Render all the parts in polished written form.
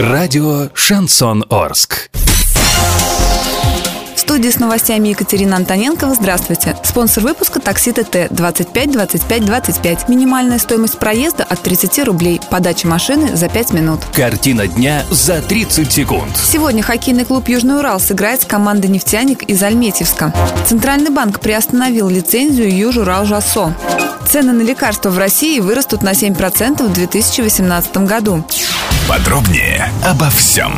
Радио «Шансон Орск». В студии с новостями Екатерина Антоненкова. Здравствуйте. Спонсор выпуска «Такси ТТ» 25 25 25. Минимальная стоимость проезда от 30 рублей. Подача машины за 5 минут. Картина дня за 30 секунд. Сегодня хоккейный клуб «Южный Урал» сыграет с командой «Нефтяник» из Альметьевска. Центральный банк приостановил лицензию «Южурал-Жасо». Цены на лекарства в России вырастут на 7% в 2018 году. Подробнее обо всем.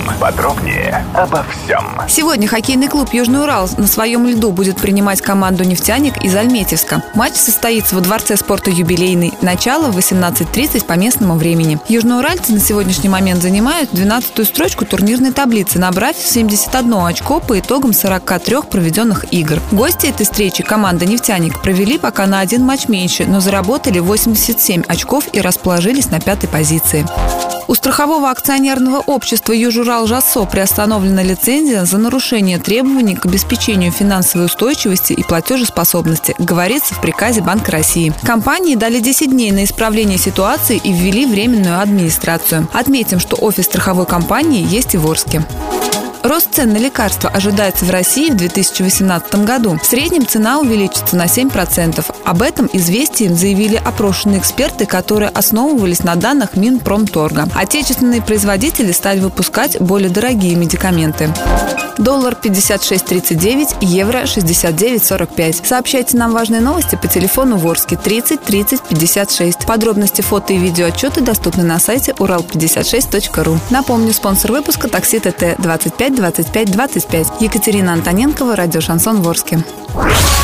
Сегодня хоккейный клуб «Южный Урал» на своем льду будет принимать команду «Нефтяник» из Альметьевска. Матч состоится во Дворце спорта «Юбилейный». Начало в 18:30 по местному времени. Южноуральцы на сегодняшний момент занимают 12-ю строчку турнирной таблицы, набрав 71 очко по итогам 43 проведенных игр. Гости этой встречи, команда «Нефтяник», провели пока на один матч меньше, но заработали 87 очков и расположились на 5-й позиции. У страхового акционерного общества «Южурал-Жасо» приостановлена лицензия за нарушение требований к обеспечению финансовой устойчивости и платежеспособности, говорится в приказе Банка России. Компании дали 10 дней на исправление ситуации и ввели временную администрацию. Отметим, что офис страховой компании есть и в Орске. Рост цен на лекарства ожидается в России в 2018 году. В среднем цена увеличится на 7%. Об этом «Известиям» заявили опрошенные эксперты, которые основывались на данных Минпромторга. Отечественные производители стали выпускать более дорогие медикаменты. Доллар 56.39, евро 69.45. Сообщайте нам важные новости по телефону в Орске 30 30 56. Подробности, фото и видеоотчеты доступны на сайте урал56.ру. Напомню, спонсор выпуска «Такси ТТ» 25 25 25. Екатерина Антоненкова, радио «Шансон» в Орске.